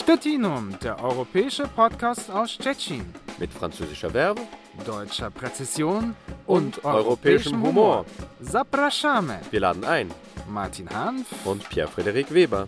Stettinum, der europäische Podcast aus Stettin. Mit französischer Verbe, Deutscher Präzision und europäischem Humor. Zapraszamy. Wir laden ein. Martin Hanf Und Pierre-Frederik Weber.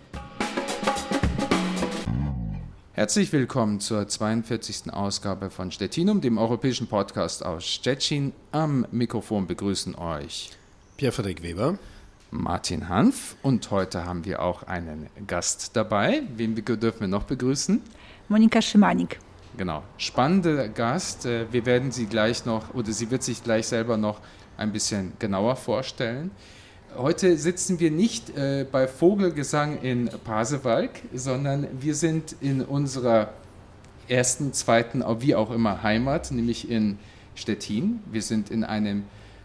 Herzlich willkommen zur 42. Ausgabe von Stettinum, dem europäischen Podcast aus Stettin. Am Mikrofon begrüßen euch Pierre-Frederik Weber, Martin Hanf, und heute haben wir auch einen Gast dabei. Wen dürfen wir noch begrüßen? Monika Szymanik. Genau, spannender Gast. Wir werden sie gleich noch, oder sie wird sich gleich selber noch ein bisschen genauer vorstellen. Heute sitzen wir nicht bei Vogelgesang in Pasewalk, sondern wir sind in unserer ersten, zweiten, wie auch immer, Heimat, nämlich in Stettin. Wir sind in einem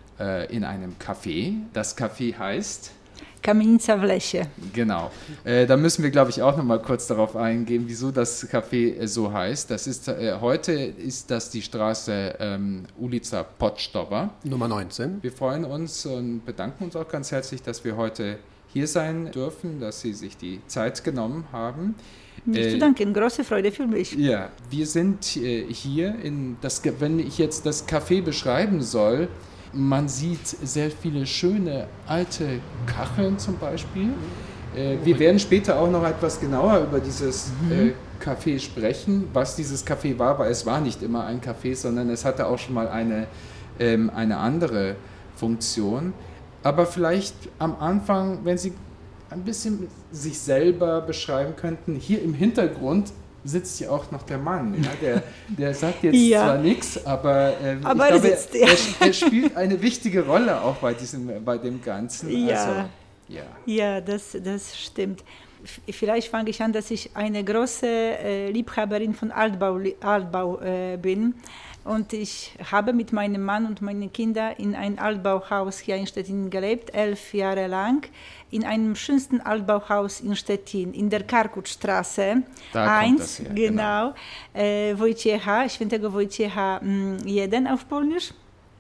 Café. Das Café heißt Kamienica w lesie. Genau. Da müssen wir, glaube ich, auch noch mal kurz darauf eingehen, wieso das Café so heißt. Das ist, heute ist das die Straße Ulica Pocztowa. Nummer 19. Wir freuen uns und bedanken uns auch ganz herzlich, dass wir heute hier sein dürfen, dass Sie sich die Zeit genommen haben. Nicht zu danken, große Freude für mich. Ja, wir sind hier, wenn ich jetzt das Café beschreiben soll, man sieht sehr viele schöne alte Kacheln zum Beispiel. Wir werden später auch noch etwas genauer über dieses Café sprechen, was dieses Café war, weil es war nicht immer ein Café, sondern es hatte auch schon mal eine andere Funktion. Aber vielleicht am Anfang, wenn Sie ein bisschen sich selber beschreiben könnten, hier im Hintergrund sitzt ja auch noch der Mann. Ja? Der sagt jetzt zwar nichts, aber ich glaube, er spielt eine wichtige Rolle auch bei dem Ganzen. Ja, also, ja, das stimmt. Vielleicht fange ich an, dass ich eine große Liebhaberin von Altbau bin. Und ich habe mit meinem Mann und meinen Kindern in einem Altbauhaus hier in Stettin gelebt, 11 Jahre lang, in einem schönsten Altbauhaus in Stettin, in der Karkutstraße 1, genau. Wojciecha, świętego Wojciecha 1 auf Polnisch.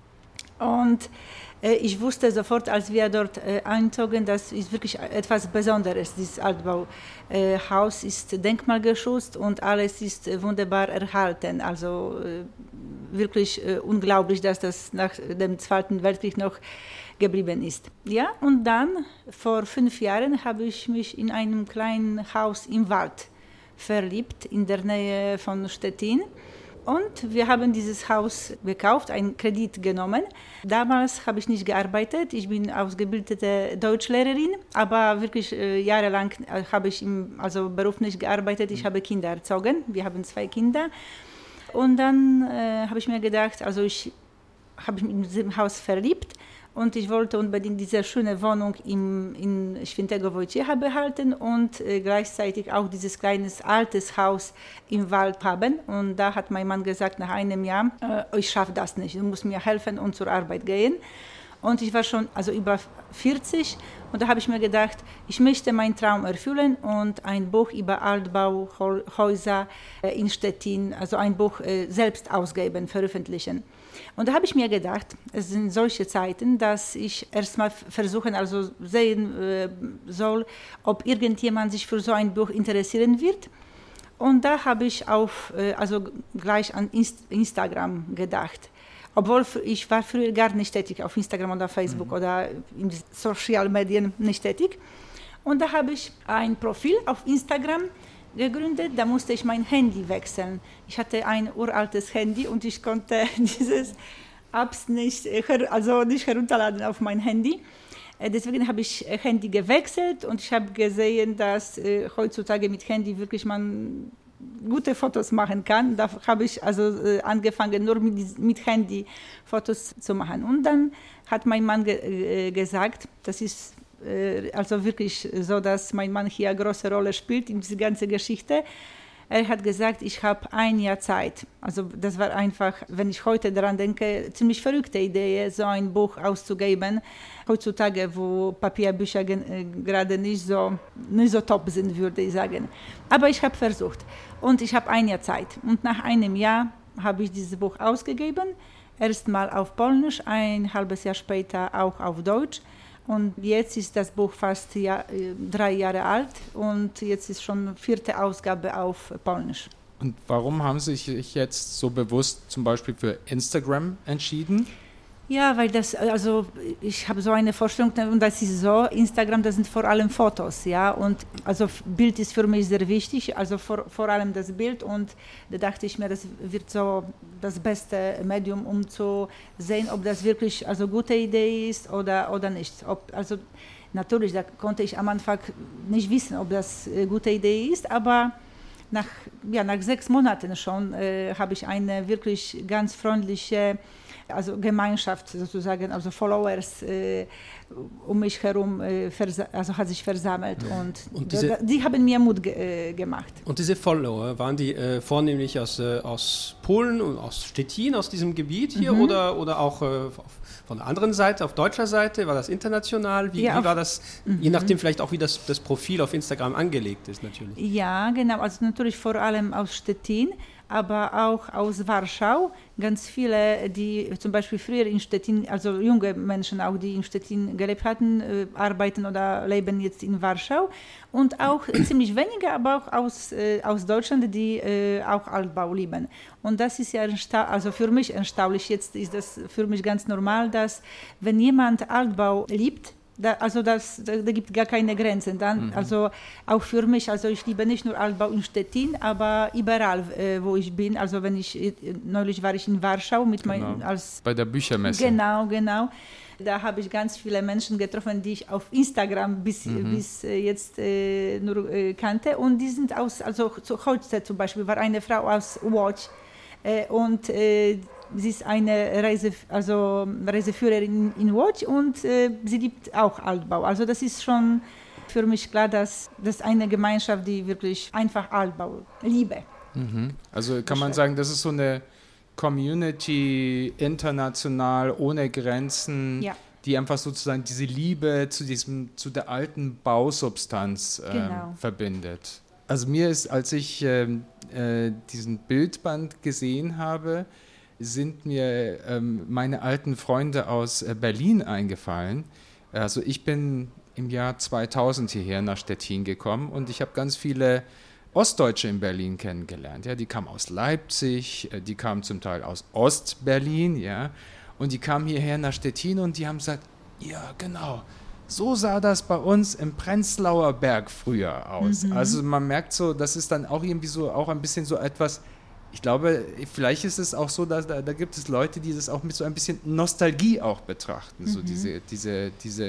Und ich wusste sofort, als wir dort einzogen, das ist wirklich etwas Besonderes. Dieses Altbauhaus ist denkmalgeschützt und alles ist wunderbar erhalten. Also wirklich unglaublich, dass das nach dem Zweiten Weltkrieg noch geblieben ist. Ja, und dann, vor 5 Jahren, habe ich mich in einem kleinen Haus im Wald verliebt, in der Nähe von Stettin. Und wir haben dieses Haus gekauft, einen Kredit genommen. Damals habe ich nicht gearbeitet, ich bin ausgebildete Deutschlehrerin, aber wirklich jahrelang habe ich beruflich gearbeitet, ich habe Kinder erzogen, wir haben 2 Kinder. Und dann habe ich mir gedacht, ich habe mich in diesem Haus verliebt und ich wollte unbedingt diese schöne Wohnung in Świętego Wojciecha behalten und gleichzeitig auch dieses kleines altes Haus im Wald haben. Und da hat mein Mann gesagt, nach einem Jahr, ich schaffe das nicht, du musst mir helfen und zur Arbeit gehen. Und ich war schon über 40 und da habe ich mir gedacht, ich möchte meinen Traum erfüllen und ein Buch über Altbauhäuser in Stettin, also ein Buch selbst ausgeben, veröffentlichen. Und da habe ich mir gedacht, es sind solche Zeiten, dass ich erstmal sehen soll, ob irgendjemand sich für so ein Buch interessieren wird. Und da habe ich gleich an Instagram gedacht. Obwohl ich war früher gar nicht tätig auf Instagram oder Facebook oder in Social Medien nicht tätig. Und da habe ich ein Profil auf Instagram gegründet, da musste ich mein Handy wechseln. Ich hatte ein uraltes Handy und ich konnte dieses Apps nicht herunterladen auf mein Handy. Deswegen habe ich Handy gewechselt und ich habe gesehen, dass heutzutage mit Handy wirklich man gute Fotos machen kann. Da habe ich angefangen, nur mit Handy Fotos zu machen. Und dann hat mein Mann gesagt, das ist wirklich so, dass mein Mann hier eine große Rolle spielt in dieser ganzen Geschichte. Er hat gesagt, ich habe 1 Jahr Zeit. Also das war einfach, wenn ich heute daran denke, ziemlich verrückte Idee, so ein Buch auszugeben. Heutzutage, wo Papierbücher gerade nicht so top sind, würde ich sagen. Aber ich habe versucht und ich habe 1 Jahr Zeit. Und nach einem Jahr habe ich dieses Buch ausgegeben. Erstmal auf Polnisch, ein halbes Jahr später auch auf Deutsch. Und jetzt ist das Buch fast 3 Jahre alt und jetzt ist schon 4. Ausgabe auf Polnisch. Und warum haben Sie sich jetzt so bewusst zum Beispiel für Instagram entschieden? Ja, weil ich habe so eine Vorstellung, und das ist so, Instagram, das sind vor allem Fotos, ja, und also Bild ist für mich sehr wichtig, also vor allem das Bild, und da dachte ich mir, das wird so das beste Medium, um zu sehen, ob das wirklich also gute Idee ist oder nicht. Also natürlich, da konnte ich am Anfang nicht wissen, ob das eine gute Idee ist, aber nach 6 Monaten schon habe ich eine wirklich ganz freundliche Gemeinschaft sozusagen, also Followers um mich herum hat sich versammelt und die haben mir Mut gemacht. Und diese Follower, waren die vornehmlich aus Polen und aus Stettin, aus diesem Gebiet hier oder auch von der anderen Seite, auf deutscher Seite? War das international? Wie war das, je nachdem vielleicht auch, wie das Profil auf Instagram angelegt ist natürlich? Ja, genau, also natürlich vor allem aus Stettin, aber auch aus Warschau. Ganz viele, die zum Beispiel früher in Stettin, also junge Menschen auch, die in Stettin gelebt hatten, arbeiten oder leben jetzt in Warschau. Und auch ziemlich wenige, aber auch aus Deutschland, die auch Altbau lieben. Und das ist ja also für mich erstaunlich. Jetzt ist das für mich ganz normal, dass wenn jemand Altbau liebt, da gibt gar keine Grenzen. Dann, also auch für mich, also ich liebe nicht nur Altbau in Stettin, aber überall, wo ich bin. Also neulich war ich in Warschau mit bei der Büchermesse. Genau. Da habe ich ganz viele Menschen getroffen, die ich auf Instagram bis jetzt nur kannte. Und die sind zu Holzte zum Beispiel, war eine Frau aus Łódź und sie ist eine Reiseführerin in Łódź und sie liebt auch Altbau. Also das ist schon für mich klar, dass das eine Gemeinschaft, die wirklich einfach Altbau liebe. Also kann man sagen, das ist so eine Community international, ohne Grenzen, die einfach sozusagen diese Liebe zu der alten Bausubstanz verbindet. Also mir ist, als ich diesen Bildband gesehen habe, sind mir meine alten Freunde aus Berlin eingefallen. Also ich bin im Jahr 2000 hierher nach Stettin gekommen und ich habe ganz viele Ostdeutsche in Berlin kennengelernt. Ja, die kamen aus Leipzig, die kamen zum Teil aus Ostberlin, ja, und die kamen hierher nach Stettin und die haben gesagt, ja genau, so sah das bei uns im Prenzlauer Berg früher aus. Also man merkt so, das ist dann auch irgendwie so auch ein bisschen so etwas. Ich glaube, vielleicht ist es auch so, dass da gibt es Leute, die das auch mit so ein bisschen Nostalgie auch betrachten, so diese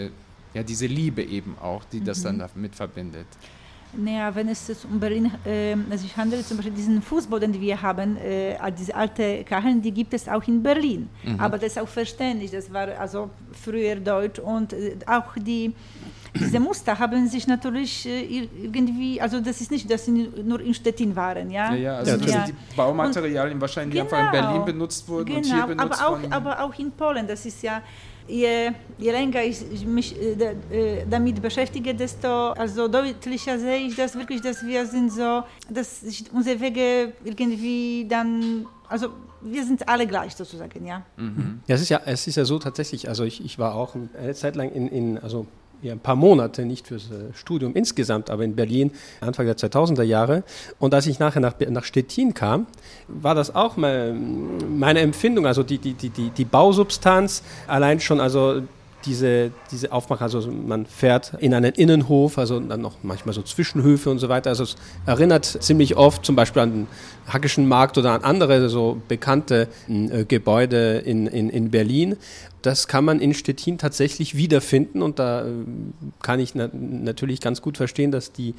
Liebe eben auch, die das dann damit verbindet. Naja, wenn es um Berlin sich handelt, zum Beispiel diesen Fußboden, den wir haben, diese alte Kacheln, die gibt es auch in Berlin. Aber das ist auch verständlich, das war also früher Deutsch und auch diese Muster haben sich natürlich irgendwie, also das ist nicht, dass sie nur in Stettin waren, ja? Also die Baumaterialien wahrscheinlich einfach in Berlin benutzt wurden und hier benutzt wurden. Aber auch in Polen, das ist ja, je länger ich mich damit beschäftige, desto also deutlicher sehe ich das wirklich, dass wir sind so, dass sich unsere Wege irgendwie dann, also wir sind alle gleich sozusagen, ja. Ja, es ist ja so tatsächlich, also ich war auch eine Zeit lang also ein paar Monate, nicht fürs Studium insgesamt, aber in Berlin Anfang der 2000er Jahre. Und als ich nachher nach Stettin kam, war das auch meine Empfindung, also die Bausubstanz, allein schon, also diese Aufmachung, also man fährt in einen Innenhof, also dann noch manchmal so Zwischenhöfe und so weiter. Also es erinnert ziemlich oft zum Beispiel an den Hackischen Markt oder an andere so bekannte Gebäude in Berlin. Das kann man in Stettin tatsächlich wiederfinden und da kann ich natürlich ganz gut verstehen, dass die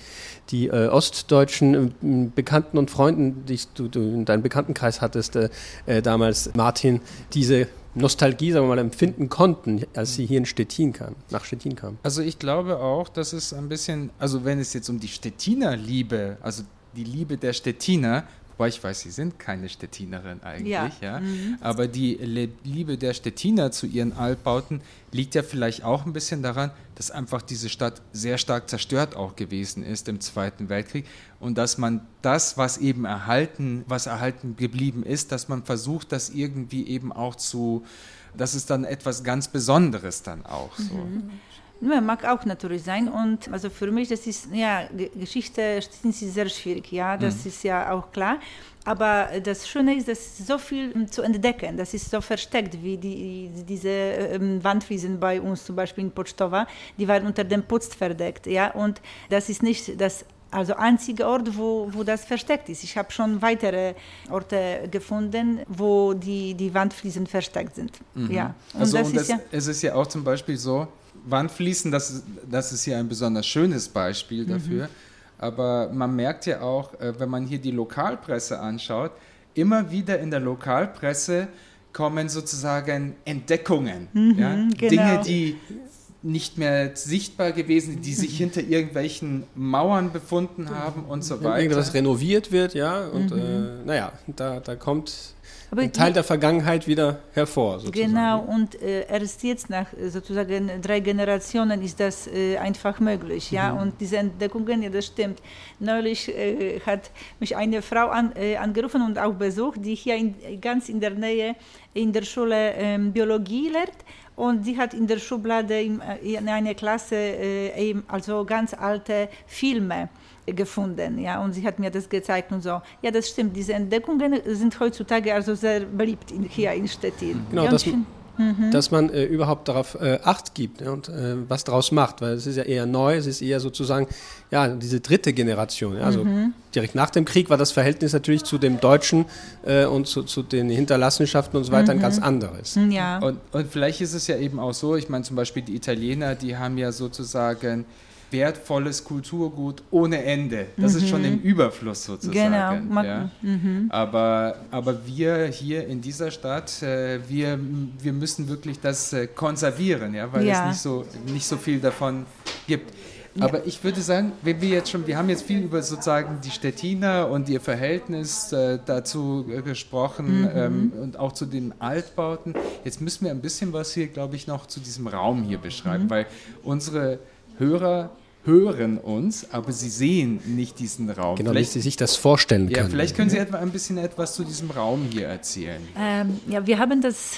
ostdeutschen Bekannten und Freunden, die du in deinem Bekanntenkreis hattest, damals, Martin, diese Nostalgie, sagen wir mal, empfinden konnten, als sie hier nach Stettin kamen. Also ich glaube auch, dass es ein bisschen, also wenn es jetzt um die Stettiner Liebe, also die Liebe der Stettiner, wobei ich weiß, sie sind keine Stettinerin eigentlich, aber die Liebe der Stettiner zu ihren Altbauten liegt ja vielleicht auch ein bisschen daran, dass einfach diese Stadt sehr stark zerstört auch gewesen ist im Zweiten Weltkrieg und dass man das, was erhalten geblieben ist, dass man versucht, das irgendwie eben auch dass es dann etwas ganz Besonderes dann auch so. Ja, mag auch natürlich sein. Und also für mich, das ist, ja, Geschichte ist sehr schwierig, ja, das ist ja auch klar. Aber das Schöne ist, dass es so viel zu entdecken, das ist so versteckt, wie diese Wandfliesen bei uns, zum Beispiel in Pocztowa, die waren unter dem Putz verdeckt, ja, und das ist nicht das einzige Ort, wo das versteckt ist. Ich habe schon weitere Orte gefunden, wo die Wandfliesen versteckt sind. Ja. Und also das es ist ja auch zum Beispiel so, Wandfliesen, das ist hier ein besonders schönes Beispiel dafür. Aber man merkt ja auch, wenn man hier die Lokalpresse anschaut, immer wieder in der Lokalpresse kommen sozusagen Entdeckungen. Ja? Genau. Dinge, die nicht mehr sichtbar gewesen, die sich hinter irgendwelchen Mauern befunden haben und so weiter. Irgendwas renoviert wird, ja, und da kommt aber ein Teil der Vergangenheit wieder hervor, sozusagen. Genau, und erst jetzt nach sozusagen 3 Generationen ist das einfach möglich, ja, und diese Entdeckungen, ja, das stimmt. Neulich hat mich eine Frau angerufen und auch besucht, die hier ganz in der Nähe in der Schule Biologie lernt. Und sie hat in der Schublade in einer Klasse also ganz alte Filme gefunden, ja, und sie hat mir das gezeigt und so. Ja, das stimmt, diese Entdeckungen sind heutzutage also sehr beliebt hier in Stettin. Genau, ja, dass man überhaupt darauf Acht gibt, ja, und was daraus macht, weil es ist ja eher neu, es ist eher sozusagen, ja, diese dritte Generation. Ja, also direkt nach dem Krieg war das Verhältnis natürlich zu dem Deutschen und zu den Hinterlassenschaften und so weiter ein ganz anderes. Ja. Und vielleicht ist es ja eben auch so, ich meine zum Beispiel die Italiener, die haben ja sozusagen wertvolles Kulturgut ohne Ende. Das ist schon im Überfluss sozusagen. Genau. Ja. Aber wir hier in dieser Stadt, wir müssen wirklich das konservieren, ja, weil es nicht so viel davon gibt. Aber ich würde sagen, wenn wir haben jetzt viel über sozusagen die Stettiner und ihr Verhältnis dazu gesprochen und auch zu den Altbauten. Jetzt müssen wir ein bisschen was hier, glaube ich, noch zu diesem Raum hier beschreiben, weil unsere Hörer hören uns, aber sie sehen nicht diesen Raum. Genau, wie sie sich das vorstellen können. Ja, vielleicht können Sie ein bisschen etwas zu diesem Raum hier erzählen. Ja, wir haben das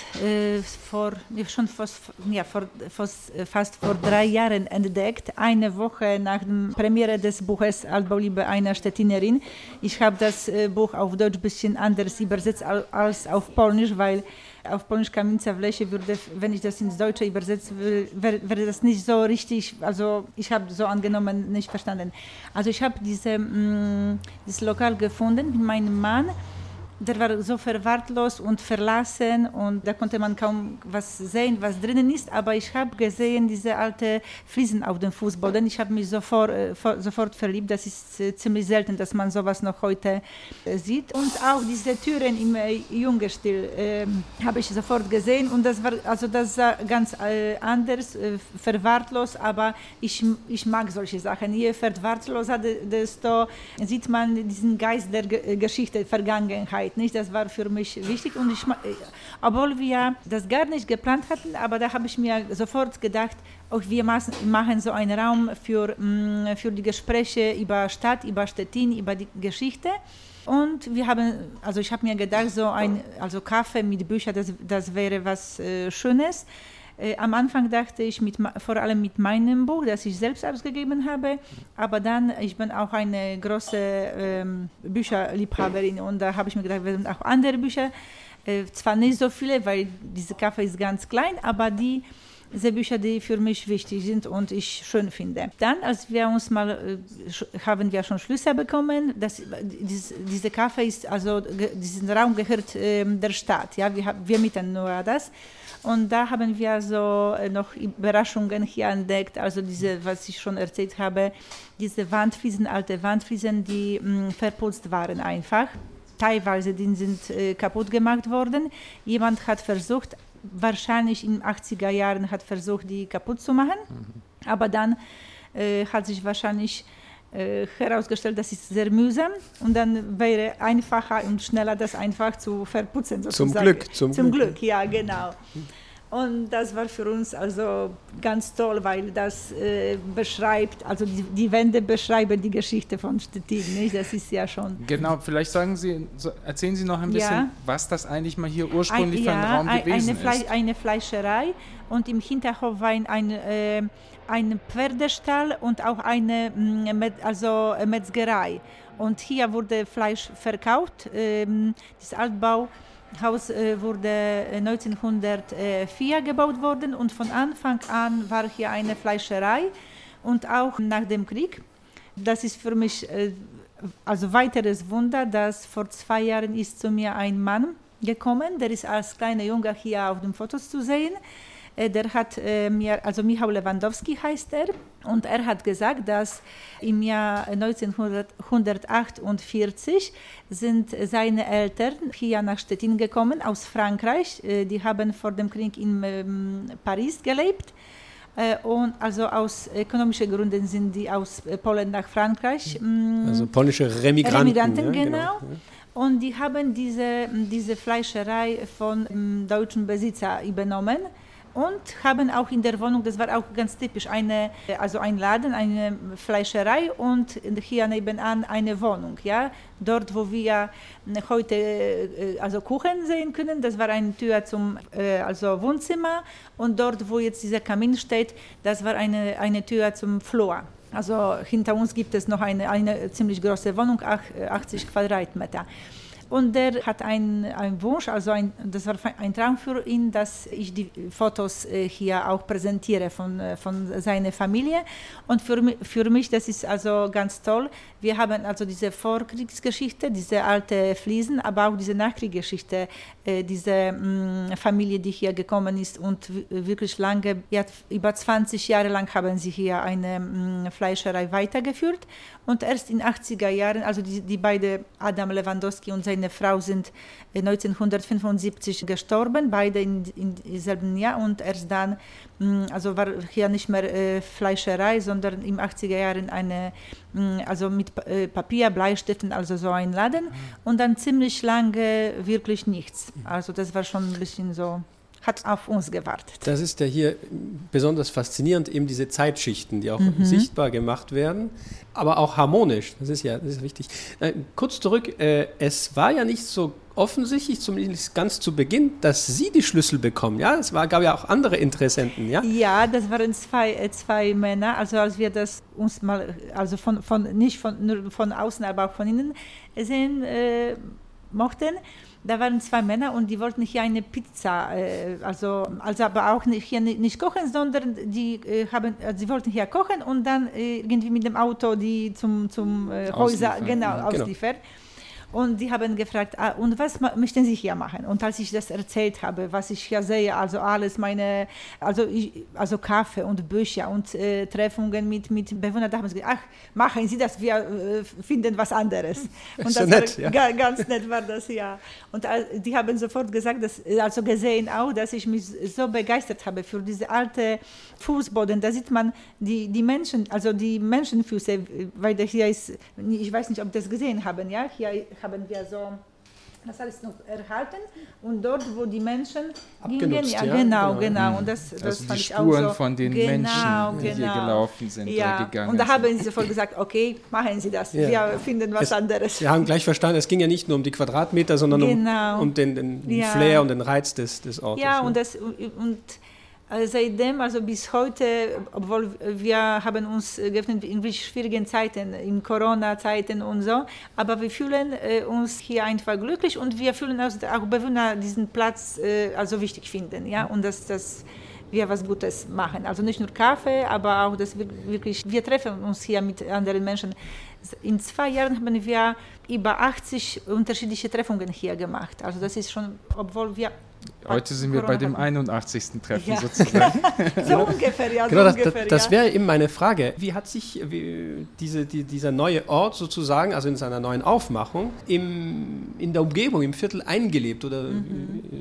fast vor 3 Jahren entdeckt, eine Woche nach der Premiere des Buches Altbauliebe einer Stettinerin. Ich habe das Buch auf Deutsch ein bisschen anders übersetzt als auf Polnisch, weil auf Polnisch Kamienica w lesie würde, wenn ich das ins Deutsche übersetzen will, wäre das nicht so richtig, also ich habe so angenommen nicht verstanden. Also ich habe dieses Lokal gefunden mit meinem Mann. Der war so verwahrlost und verlassen und da konnte man kaum was sehen, was drinnen ist, aber ich habe gesehen diese alte Fliesen auf dem Fußboden. Ich habe mich sofort verliebt. Das ist ziemlich selten, dass man sowas noch heute sieht. Und auch diese Türen im Jugendstil habe ich sofort gesehen und das sah ganz anders, verwahrlost, aber ich mag solche Sachen. Je verwahrloser, desto sieht man diesen Geist der Geschichte, Vergangenheit. Nicht, das war für mich wichtig und obwohl wir das gar nicht geplant hatten, aber da habe ich mir sofort gedacht, wir machen so einen Raum für die Gespräche über Stadt, über Stettin, über die Geschichte. Und ich habe mir gedacht, so Kaffee mit Büchern, das wäre was Schönes. Am Anfang dachte ich vor allem mit meinem Buch, das ich selbst ausgegeben habe, aber dann, ich bin auch eine große Bücherliebhaberin und da habe ich mir gedacht, wir sind auch andere Bücher, zwar nicht so viele, weil diese Kaffee ist ganz klein, aber diese Bücher, die für mich wichtig sind und ich schön finde. Dann, als wir uns haben wir schon Schlüssel bekommen, diese Kaffee ist, also diesen Raum gehört der Stadt, ja, wir mieten nur das. Und da haben wir so noch Überraschungen hier entdeckt, also was ich schon erzählt habe, diese Wandfliesen, alte Wandfliesen, die verputzt waren einfach. Teilweise die sind kaputt gemacht worden. Jemand hat versucht, wahrscheinlich in den 80er Jahren die kaputt zu machen, aber dann hat sich wahrscheinlich herausgestellt, das ist sehr mühsam und dann wäre einfacher und schneller das einfach zu verputzen sozusagen. Zum Glück. Ja, genau. Und das war für uns also ganz toll, weil das beschreibt, also die Wände beschreiben die Geschichte von Stettin, nicht? Das ist ja schon... Genau, vielleicht erzählen Sie noch ein bisschen, was das eigentlich mal hier ursprünglich für ein Raum gewesen ist. Eine Fleischerei und im Hinterhof war ein Pferdestall und auch eine Metzgerei. Und hier wurde Fleisch verkauft. Das Altbauhaus wurde 1904 gebaut worden und von Anfang an war hier eine Fleischerei und auch nach dem Krieg. Das ist für mich also weiteres Wunder, dass vor 2 Jahren ist zu mir ein Mann gekommen, der ist als kleiner Junge hier auf den Fotos zu sehen. Der hat also Michał Lewandowski heißt er, und er hat gesagt, dass im Jahr 1948 sind seine Eltern hier nach Stettin gekommen aus Frankreich. Die haben vor dem Krieg in Paris gelebt. Und also aus ökonomischen Gründen sind die aus Polen nach Frankreich. Also polnische Remigranten. Ja, genau. Und die haben diese Fleischerei von deutschen Besitzer übernommen. Und haben auch in der Wohnung, das war auch ganz typisch, ein Laden, eine Fleischerei und hier nebenan eine Wohnung. Ja? Dort, wo wir heute also Kuchen sehen können, das war eine Tür zum Wohnzimmer. Und dort, wo jetzt dieser Kamin steht, das war eine Tür zum Flur. Also hinter uns gibt es noch eine ziemlich große Wohnung, 80 Quadratmeter. Und der hat einen Wunsch, das war ein Traum für ihn, dass ich die Fotos hier auch präsentiere von seiner Familie. Und für mich, das ist also ganz toll. Wir haben also diese Vorkriegsgeschichte, diese alte Fliesen, aber auch diese Nachkriegsgeschichte, diese Familie, die hier gekommen ist und wirklich lange, über 20 Jahre lang haben sie hier eine Fleischerei weitergeführt. Und erst in den 80er Jahren, also die beiden, Adam Lewandowski und seine Frau, sind 1975 gestorben, beide im selben Jahr. Und erst dann, also war hier nicht mehr Fleischerei, sondern in den 80er Jahren also mit Papier, Bleistiften, also so ein Laden. Und dann ziemlich lange wirklich nichts. Also das war schon ein bisschen so... hat auf uns gewartet. Das ist ja hier besonders faszinierend, eben diese Zeitschichten, die auch sichtbar gemacht werden, aber auch harmonisch. Das ist wichtig. Kurz zurück, es war ja nicht so offensichtlich, zumindest ganz zu Beginn, dass Sie die Schlüssel bekommen. Ja, gab ja auch andere Interessenten. Ja, ja, das waren zwei Männer. Also als wir das uns mal, also nicht nur von außen, aber auch von innen sehen mochten. Da waren 2 Männer und die wollten hier eine Pizza, also aber auch hier nicht kochen, sondern sie wollten hier kochen und dann irgendwie mit dem Auto die zum Häuser ausliefern. Und die haben gefragt, und was möchten Sie hier machen? Und als ich das erzählt habe, was ich hier sehe, also alles also Kaffee und Bücher und Treffungen mit Bewohnern, da haben sie gesagt, machen Sie das, wir finden was anderes. Und das nett, war ganz nett war das, ja. Und die haben sofort gesagt, also gesehen auch, dass ich mich so begeistert habe für diese alte Fußboden. Da sieht man die Menschen, also die Menschenfüße, weil das hier ist, ich weiß nicht, ob Sie das gesehen haben, ja, hier haben wir so das alles noch erhalten und dort, wo die Menschen gingen, genau. Und das also fand die ich Spuren auch so, von den Menschen, die hier gelaufen sind oder gegangen und da sind. haben sie sofort gesagt, okay, machen Sie das, wir finden was anderes. Wir haben gleich verstanden, es ging ja nicht nur um die Quadratmeter, sondern um den Flair und den Reiz des Ortes. Ja, und seitdem, also bis heute, obwohl wir haben uns geöffnet in schwierigen Zeiten, in Corona-Zeiten und so, aber wir fühlen uns hier einfach glücklich und wir fühlen auch Bewohner diesen Platz also wichtig finden, ja, und dass wir was Gutes machen. Also nicht nur Kaffee, aber auch, dass wir treffen uns hier mit anderen Menschen. In 2 Jahren haben wir über 80 unterschiedliche Treffungen hier gemacht. Also das ist schon, obwohl wir... Heute sind wir bei dem 81. Treffen sozusagen. So ungefähr, ja. Genau, das wäre eben meine Frage. Wie hat sich dieser neue Ort sozusagen, also in seiner neuen Aufmachung, in der Umgebung, im Viertel eingelebt? Oder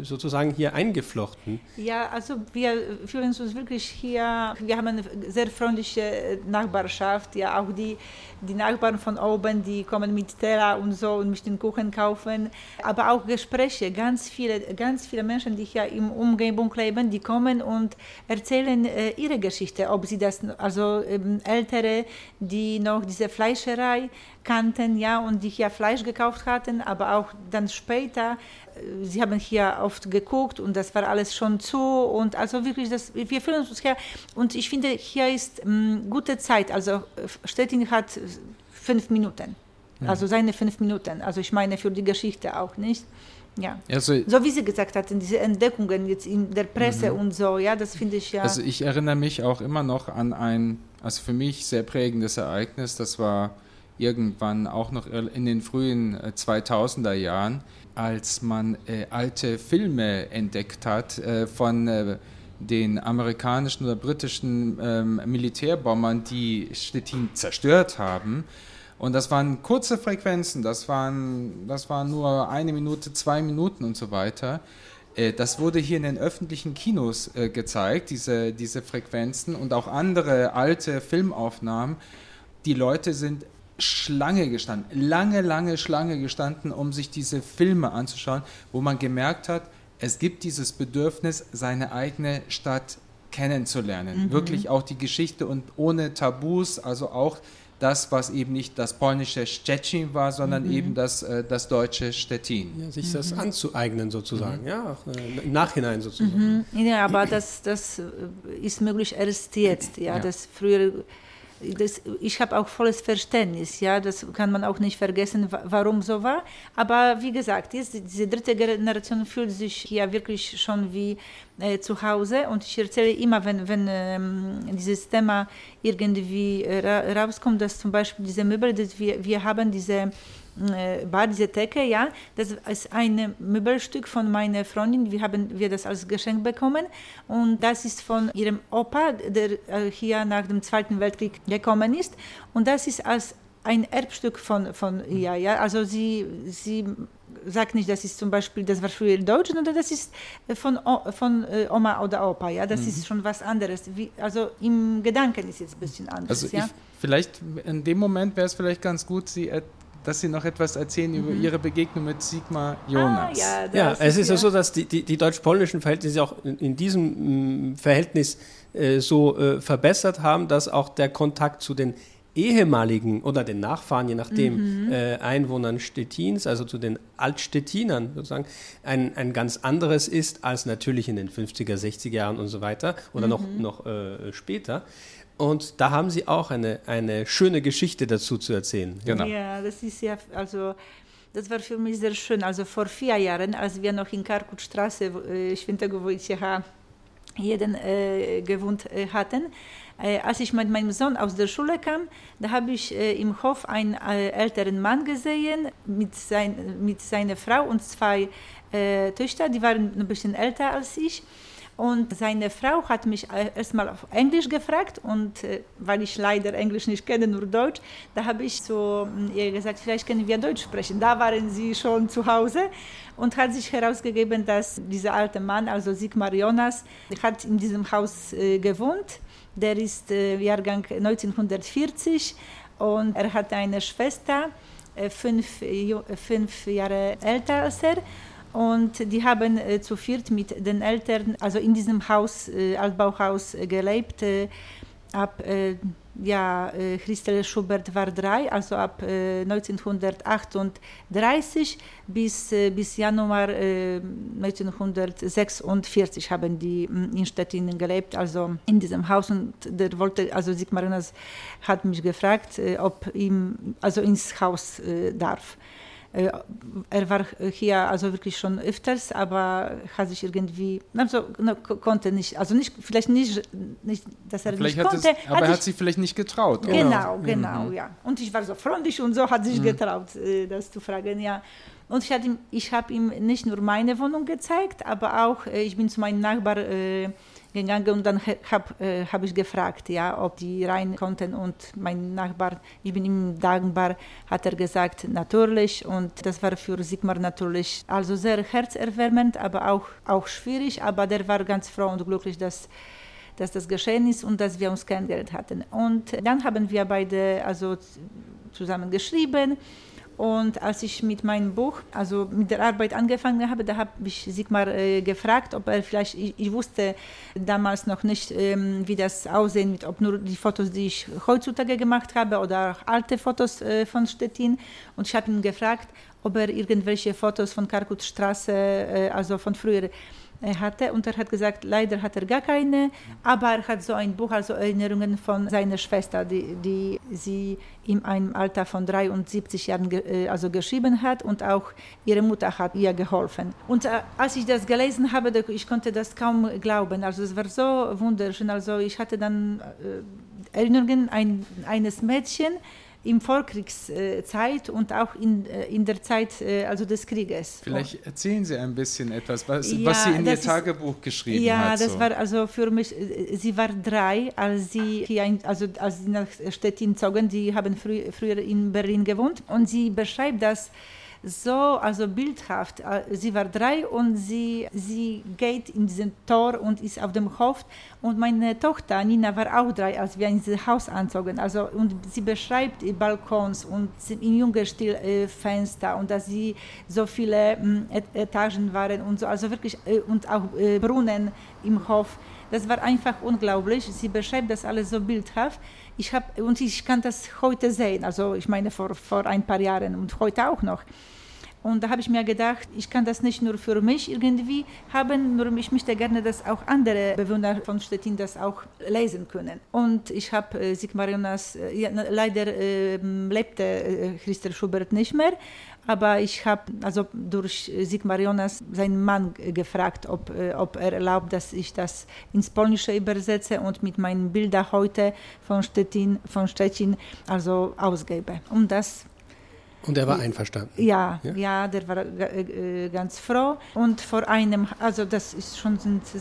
sozusagen hier eingeflochten? Ja, also wir fühlen uns wirklich hier, wir haben eine sehr freundliche Nachbarschaft, ja, auch die Nachbarn von oben, die kommen mit Teller und so und möchten Kuchen kaufen, aber auch Gespräche, ganz viele Menschen, die hier in Umgebung leben, die kommen und erzählen ihre Geschichte, ob sie das, also Ältere, die noch diese Fleischerei kannten, ja, und die hier Fleisch gekauft hatten, aber auch dann später, sie haben hier oft geguckt und das war alles schon zu und also wirklich, wir fühlen uns hier und ich finde, hier ist gute Zeit, also Stettin hat 5 Minuten, also seine 5 Minuten, also ich meine für die Geschichte auch, nicht? Ja, also, so wie Sie gesagt hatten, diese Entdeckungen jetzt in der Presse und so, ja, das finde ich ja. Also ich erinnere mich auch immer noch an ein, also für mich sehr prägendes Ereignis, das war irgendwann auch noch in den frühen 2000er Jahren, als man alte Filme entdeckt hat von den amerikanischen oder britischen Militärbombern, die Stettin zerstört haben. Und das waren kurze Frequenzen, das waren nur 1 Minute, 2 Minuten und so weiter. Das wurde hier in den öffentlichen Kinos gezeigt, diese Frequenzen und auch andere alte Filmaufnahmen. Die Leute sind Schlange gestanden, lange Schlange gestanden, um sich diese Filme anzuschauen, wo man gemerkt hat, es gibt dieses Bedürfnis, seine eigene Stadt kennenzulernen. Wirklich auch die Geschichte und ohne Tabus, also auch das, was eben nicht das polnische Szczecin war, sondern eben das deutsche Stettin. Ja, sich das anzueignen sozusagen, ja, auch im Nachhinein sozusagen. Ja, aber das ist möglich erst jetzt, ja. Das früher... ich habe auch volles Verständnis, ja, das kann man auch nicht vergessen, warum so war. Aber wie gesagt, jetzt diese dritte Generation fühlt sich hier wirklich schon wie zu Hause und ich erzähle immer, wenn dieses Thema irgendwie rauskommt, dass zum Beispiel diese Möbel, dass wir haben diese Decke, ja, das ist ein Möbelstück von meiner Freundin, wir das als Geschenk bekommen und das ist von ihrem Opa, der hier nach dem Zweiten Weltkrieg gekommen ist und das ist als ein Erbstück von ihr, ja, also sie sagt nicht, das ist zum Beispiel, das war früher Deutsch, sondern das ist von Oma oder Opa, ja, das ist schon was anderes, also im Gedanken ist jetzt ein bisschen anders, also ja. Vielleicht in dem Moment wäre es vielleicht ganz gut, dass Sie noch etwas erzählen über Ihre Begegnung mit Sigmar Jonas. Es ist ja so, dass die deutsch-polnischen Verhältnisse auch in diesem Verhältnis so verbessert haben, dass auch der Kontakt zu den ehemaligen oder den Nachfahren, je nachdem, Einwohnern Stettins, also zu den Altstettinern sozusagen, ein ganz anderes ist als natürlich in den 50er, 60er Jahren und so weiter oder noch später. Und da haben Sie auch eine schöne Geschichte dazu zu erzählen. Genau. Ja, das ist ja, also das war für mich sehr schön. Also vor 4 Jahren, als wir noch in Karkutstraße, Świętego Wojciecha, gewohnt hatten, als ich mit meinem Sohn aus der Schule kam, da habe ich im Hof einen älteren Mann gesehen mit seiner Frau und 2 Töchter, die waren ein bisschen älter als ich. Und seine Frau hat mich erstmal auf Englisch gefragt und weil ich leider Englisch nicht kenne, nur Deutsch, da habe ich so ihr gesagt, vielleicht können wir Deutsch sprechen. Da waren sie schon zu Hause und hat sich herausgegeben, dass dieser alte Mann, also Sigmar Jonas, hat in diesem Haus gewohnt. Der ist Jahrgang 1940 und er hat eine Schwester, 5 Jahre älter als er. Und die haben zu viert mit den Eltern, also in diesem Haus, Altbauhaus gelebt, ab Christel Schubert war 3, also ab 1938 bis Januar 1946 haben die in Stettin gelebt, also in diesem Haus. Und Sigmar Jonas hat mich gefragt, ob ihm also ins Haus darf. Er war hier also wirklich schon öfters, aber hat sich irgendwie, konnte nicht, also nicht, vielleicht nicht, dass er vielleicht nicht konnte. Aber er hat sich vielleicht nicht getraut. Genau, ja. Und ich war so freundlich und so, hat sich getraut, das zu fragen, ja. Und ich habe ihm nicht nur meine Wohnung gezeigt, aber auch, ich bin zu meinem Nachbar gegangen und dann hab ich gefragt, ja, ob die rein konnten und mein Nachbar, ich bin ihm dankbar, hat er gesagt, natürlich und das war für Sigmar natürlich also sehr herzerwärmend, aber auch schwierig, aber der war ganz froh und glücklich, dass das geschehen ist und dass wir uns kennengelernt hatten. Und dann haben wir beide also zusammen geschrieben. Und als ich mit meinem Buch, also mit der Arbeit angefangen habe, da habe ich Sigmar gefragt, ob er vielleicht, ich wusste damals noch nicht, wie das aussehen wird, ob nur die Fotos, die ich heutzutage gemacht habe oder auch alte Fotos von Stettin. Und ich habe ihn gefragt, ob er irgendwelche Fotos von Karkutstraße, also von früher, hatte und er hat gesagt, leider hat er gar keine, aber er hat so ein Buch, also Erinnerungen von seiner Schwester, die sie in einem Alter von 73 Jahren also geschrieben hat und auch ihre Mutter hat ihr geholfen. Und als ich das gelesen habe, ich konnte das kaum glauben, also es war so wunderschön, also ich hatte dann Erinnerungen eines Mädchens, in Vorkriegszeit und auch in der Zeit also des Krieges. Vielleicht erzählen Sie ein bisschen etwas, was Sie in Ihr Tagebuch geschrieben hat. Ja, das war also für mich, sie war 3, als sie nach Stettin zogen, die haben früher in Berlin gewohnt und sie beschreibt das so, also bildhaft. Sie war 3 und sie geht in diesen Tor und ist auf dem Hof. Und meine Tochter Nina war auch 3, als wir in dieses Haus anzogen. Also, und sie beschreibt Balkons und in junger Stil Fenster und dass sie so viele Etagen waren und so, also wirklich, und auch Brunnen im Hof. Das war einfach unglaublich. Sie beschreibt das alles so bildhaft. Ich kann das heute sehen, also ich meine vor ein paar Jahren und heute auch noch. Und da habe ich mir gedacht, ich kann das nicht nur für mich irgendwie haben, nur ich möchte gerne, dass auch andere Bewohner von Stettin das auch lesen können. Und ich habe Sigmar Jonas, leider lebte Christel Schubert nicht mehr, aber ich habe also durch Sigmar Jonas seinen Mann gefragt, ob er erlaubt, dass ich das ins Polnische übersetze und mit meinen Bildern heute von Stettin also ausgebe. Und er war einverstanden? Ja, der war ganz froh. Und das ist schon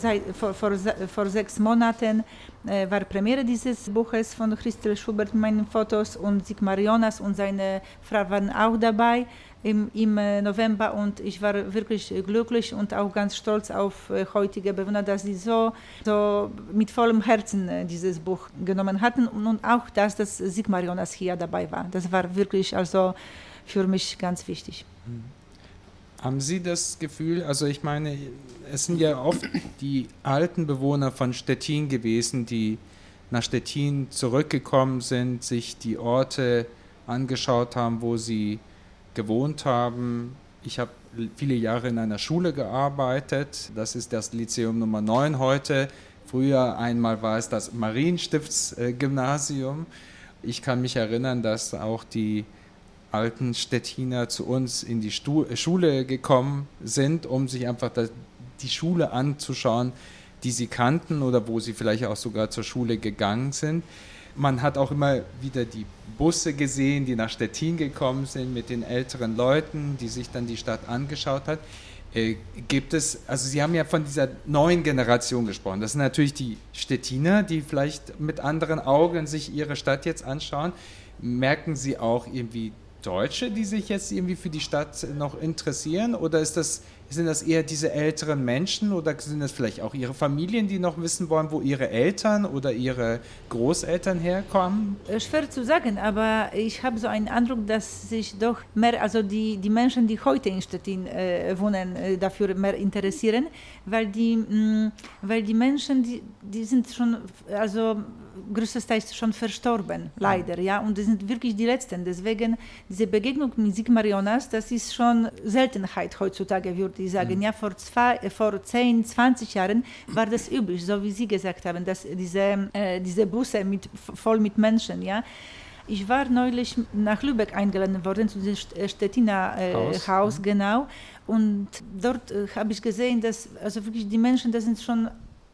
vor 6 Monaten, war Premiere dieses Buches von Christel Schubert mit meinen Fotos und Sigmar Jonas und seine Frau waren auch dabei im November und ich war wirklich glücklich und auch ganz stolz auf heutige Bewohner, dass sie so mit vollem Herzen dieses Buch genommen hatten und auch, dass Sigmar Jonas hier dabei war. Das war wirklich also für mich ganz wichtig. Haben Sie das Gefühl, also ich meine, es sind ja oft die alten Bewohner von Stettin gewesen, die nach Stettin zurückgekommen sind, sich die Orte angeschaut haben, wo sie gewohnt haben. Ich habe viele Jahre in einer Schule gearbeitet, das ist das Lyzeum Nummer 9 heute. Früher einmal war es das Marienstiftsgymnasium. Ich kann mich erinnern, dass auch die alten Stettiner zu uns in die Schule gekommen sind, um sich einfach die Schule anzuschauen, die sie kannten oder wo sie vielleicht auch sogar zur Schule gegangen sind. Man hat auch immer wieder die Busse gesehen, die nach Stettin gekommen sind mit den älteren Leuten, die sich dann die Stadt angeschaut hat. Also Sie haben ja von dieser neuen Generation gesprochen. Das sind natürlich die Stettiner, die vielleicht mit anderen Augen sich ihre Stadt jetzt anschauen. Merken Sie auch irgendwie Deutsche, die sich jetzt irgendwie für die Stadt noch interessieren? Oder sind das eher diese älteren Menschen oder sind das vielleicht auch Ihre Familien, die noch wissen wollen, wo Ihre Eltern oder Ihre Großeltern herkommen? Schwer zu sagen, aber ich habe so einen Eindruck, dass sich doch mehr, also die Menschen, die heute in Stettin wohnen, dafür mehr interessieren, weil die Menschen, die sind schon, also größtenteils schon verstorben, leider, ja, und das sind wirklich die Letzten. Deswegen diese Begegnung mit Sigmar Jonas, das ist schon Seltenheit heutzutage, würde ich sagen. Ja, vor 10, 20 Jahren war das üblich, so wie Sie gesagt haben, dass diese Busse voll mit Menschen, ja. Ich war neulich nach Lübeck eingeladen worden, zu diesem Stettiner Haus, genau. Und dort habe ich gesehen, dass also wirklich die Menschen, das sind schon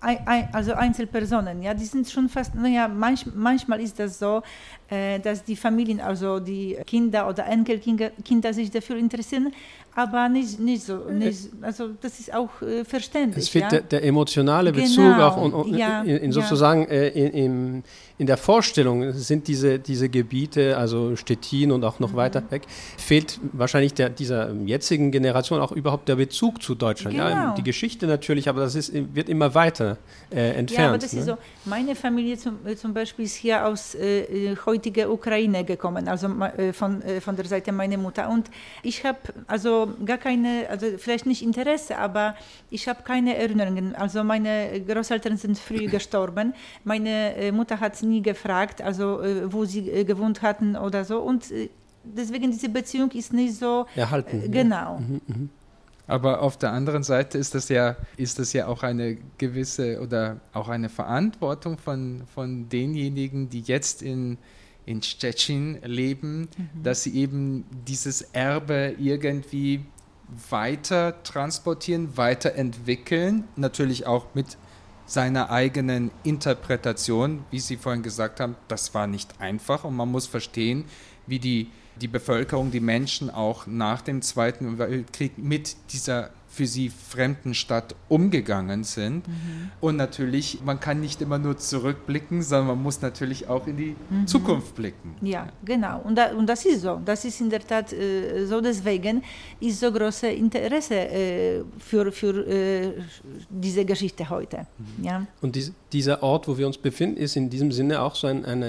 also Einzelpersonen, ja, die sind schon fast, manchmal ist das so, dass die Familien, also die Kinder oder Enkelkinder sich dafür interessieren, aber nicht so, also das ist auch verständlich. Es fehlt der emotionale Bezug auch und sozusagen in der Vorstellung sind diese Gebiete, also Stettin und auch noch weiter weg, fehlt wahrscheinlich dieser jetzigen Generation auch überhaupt der Bezug zu Deutschland. Genau. Ja, die Geschichte natürlich, aber das wird immer weiter entfernt. Ja, aber das ist so. Meine Familie zum Beispiel ist hier aus heutiger Ukraine gekommen, also von der Seite meiner Mutter. Und ich habe also gar keine, also vielleicht nicht Interesse, aber ich habe keine Erinnerungen. Also meine Großeltern sind früh gestorben. Meine Mutter hat nie gefragt, also wo sie gewohnt hatten oder so. Und deswegen diese Beziehung ist nicht so erhalten. Genau. Aber auf der anderen Seite ist das ja auch eine gewisse oder auch eine Verantwortung von denjenigen, die jetzt in Szczecin leben, dass sie eben dieses Erbe irgendwie weiter transportieren, weiterentwickeln, natürlich auch mit seiner eigenen Interpretation, wie Sie vorhin gesagt haben, das war nicht einfach und man muss verstehen, wie die Bevölkerung, die Menschen auch nach dem Zweiten Weltkrieg mit dieser für sie fremden Stadt umgegangen sind. Und natürlich, man kann nicht immer nur zurückblicken, sondern man muss natürlich auch in die Zukunft blicken. Ja, genau. Und das ist so. Das ist in der Tat so. Deswegen ist so großes Interesse für diese Geschichte heute. Ja. Und dieser Ort, wo wir uns befinden, ist in diesem Sinne auch so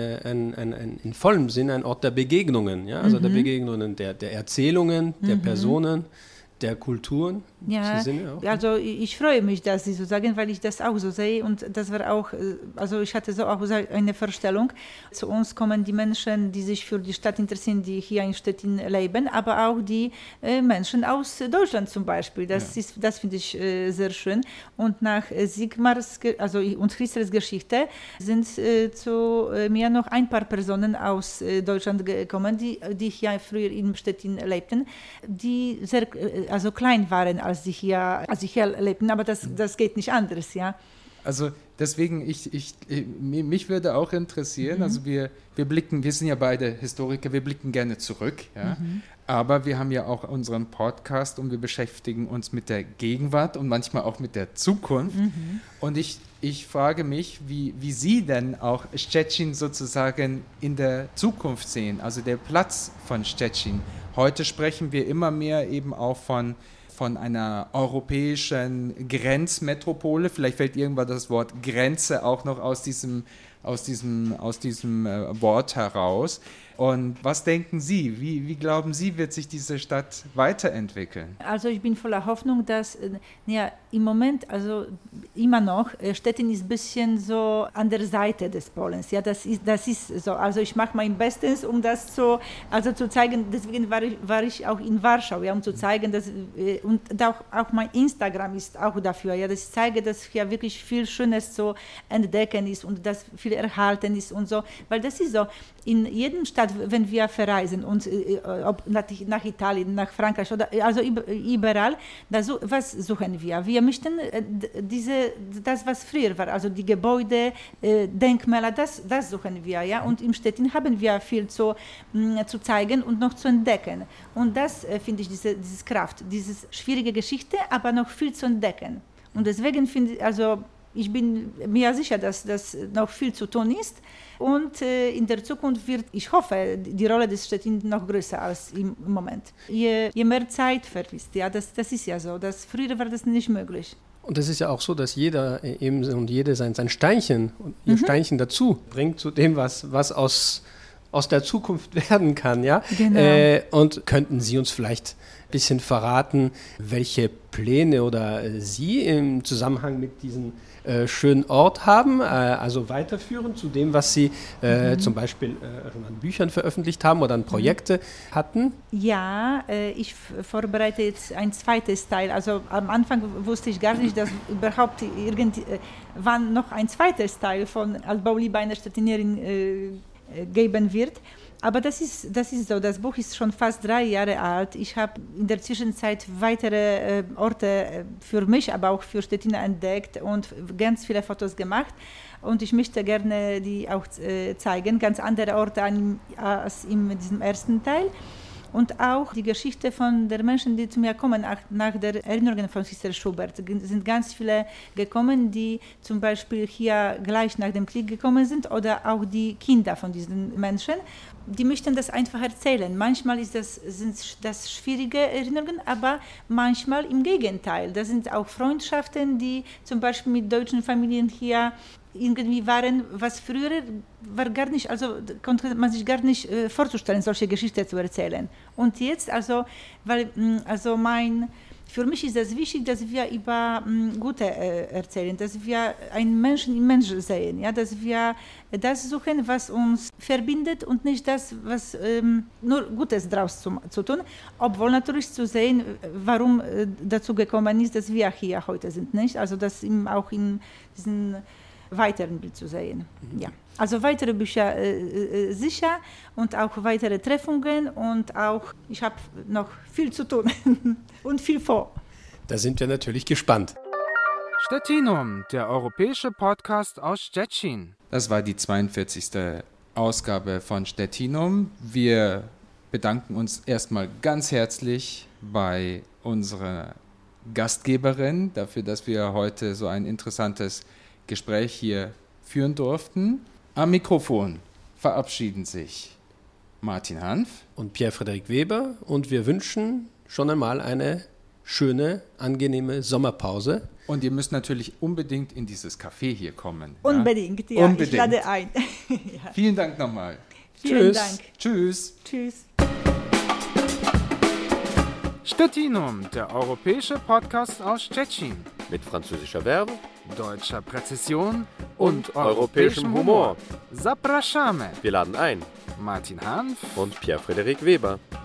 in vollem Sinne ein Ort der Begegnungen. Ja? Also der Begegnungen, der Erzählungen, der Personen, der Kulturen. Ja, also ich freue mich, dass Sie so sagen, weil ich das auch so sehe und das war auch, also ich hatte so auch eine Vorstellung, zu uns kommen die Menschen, die sich für die Stadt interessieren, die hier in Stettin leben, aber auch die Menschen aus Deutschland zum Beispiel, das finde ich sehr schön und nach Sigmars, also und Christels Geschichte sind zu mir noch ein paar Personen aus Deutschland gekommen, die hier früher in Stettin lebten, die sehr, also klein waren, als sie hier lebten, aber das geht nicht anders, ja. Also deswegen, mich würde auch interessieren, also wir sind ja beide Historiker, wir blicken gerne zurück, ja, aber wir haben ja auch unseren Podcast und wir beschäftigen uns mit der Gegenwart und manchmal auch mit der Zukunft und ich frage mich, wie Sie denn auch Szczecin sozusagen in der Zukunft sehen, also der Platz von Szczecin. Heute sprechen wir immer mehr eben auch von einer europäischen Grenzmetropole. Vielleicht fällt irgendwann das Wort Grenze auch noch aus diesem Wort heraus. Und was denken Sie? Wie glauben Sie, wird sich diese Stadt weiterentwickeln? Also ich bin voller Hoffnung, dass im Moment, also immer noch, Stettin ist ein bisschen so an der Seite des Polens. Ja, das ist so. Also ich mache mein Bestes, um das zu zeigen. Deswegen war ich auch in Warschau, ja, um zu zeigen, dass und auch mein Instagram ist auch dafür. Ja, dass ich zeige, dass hier wirklich viel Schönes zu entdecken ist und dass viel erhalten ist und so. Weil das ist so. In jedem Stadt, wenn wir verreisen, und ob nach Italien, nach Frankreich oder also überall, was suchen wir? Wir möchten das, was früher war, also die Gebäude, Denkmäler, das suchen wir, ja. Und im Stettin haben wir viel zu zeigen und noch zu entdecken. Und das finde ich diese Kraft, diese schwierige Geschichte, aber noch viel zu entdecken. Und deswegen ich bin mir sicher, dass das noch viel zu tun ist. Und in der Zukunft wird, ich hoffe, die Rolle des Stettin noch größer als im Moment. Je mehr Zeit verfließt, ja, das ist ja so. Früher war das nicht möglich. Und es ist ja auch so, dass jeder eben und jede sein Steinchen und ihr Steinchen dazu bringt zu dem, was aus der Zukunft werden kann, ja. Genau. Und könnten Sie uns vielleicht ein bisschen verraten, welche Pläne oder Sie im Zusammenhang mit diesem schönen Ort haben, also weiterführen zu dem, was Sie zum Beispiel schon an Büchern veröffentlicht haben oder an Projekte hatten? Ja, ich vorbereite jetzt ein zweites Teil. Also am Anfang wusste ich gar nicht, dass überhaupt irgendwann noch ein zweites Teil von Altbauliebe einer Stettinerin geben wird. Aber das ist so, das Buch ist schon fast 3 Jahre alt. Ich habe in der Zwischenzeit weitere Orte für mich, aber auch für Stettiner entdeckt und ganz viele Fotos gemacht. Und ich möchte gerne die auch zeigen, ganz andere Orte als in diesem ersten Teil. Und auch die Geschichte von den Menschen, die zu mir kommen, nach der Erinnerung von Sister Schubert. Es sind ganz viele gekommen, die zum Beispiel hier gleich nach dem Krieg gekommen sind oder auch die Kinder von diesen Menschen. Die möchten das einfach erzählen. Manchmal sind das schwierige Erinnerungen, aber manchmal im Gegenteil. Das sind auch Freundschaften, die zum Beispiel mit deutschen Familien hier irgendwie waren, was früher war gar nicht, also konnte man sich gar nicht vorzustellen, solche Geschichten zu erzählen. Und jetzt, für mich ist es wichtig, dass wir über Gute erzählen, dass wir einen Menschen im Menschen sehen, ja, dass wir das suchen, was uns verbindet und nicht das, was nur Gutes draus zu tun, obwohl natürlich zu sehen, warum dazu gekommen ist, dass wir hier heute sind, nicht? Also das auch in diesen weiteren Bild zu sehen. Ja. Also weitere Bücher sicher und auch weitere Treffungen und auch, ich habe noch viel zu tun und viel vor. Da sind wir natürlich gespannt. Stettinum, der europäische Podcast aus Stettin. Das war die 42. Ausgabe von Stettinum. Wir bedanken uns erstmal ganz herzlich bei unserer Gastgeberin dafür, dass wir heute so ein interessantes Gespräch hier führen durften. Am Mikrofon verabschieden sich Martin Hanf und Pierre-Frederik Weber und wir wünschen schon einmal eine schöne, angenehme Sommerpause. Und ihr müsst natürlich unbedingt in dieses Café hier kommen. Unbedingt, ja. Unbedingt. Ich lade ein. Ja. Vielen Dank nochmal. Vielen Dank. Tschüss. Tschüss. Stettinum, der europäische Podcast aus Stettin. Mit französischer Verve, Deutscher Präzision und europäischem Humor. Zapraszamy. Wir laden ein. Martin Hanf und Pierre-Frederik Weber.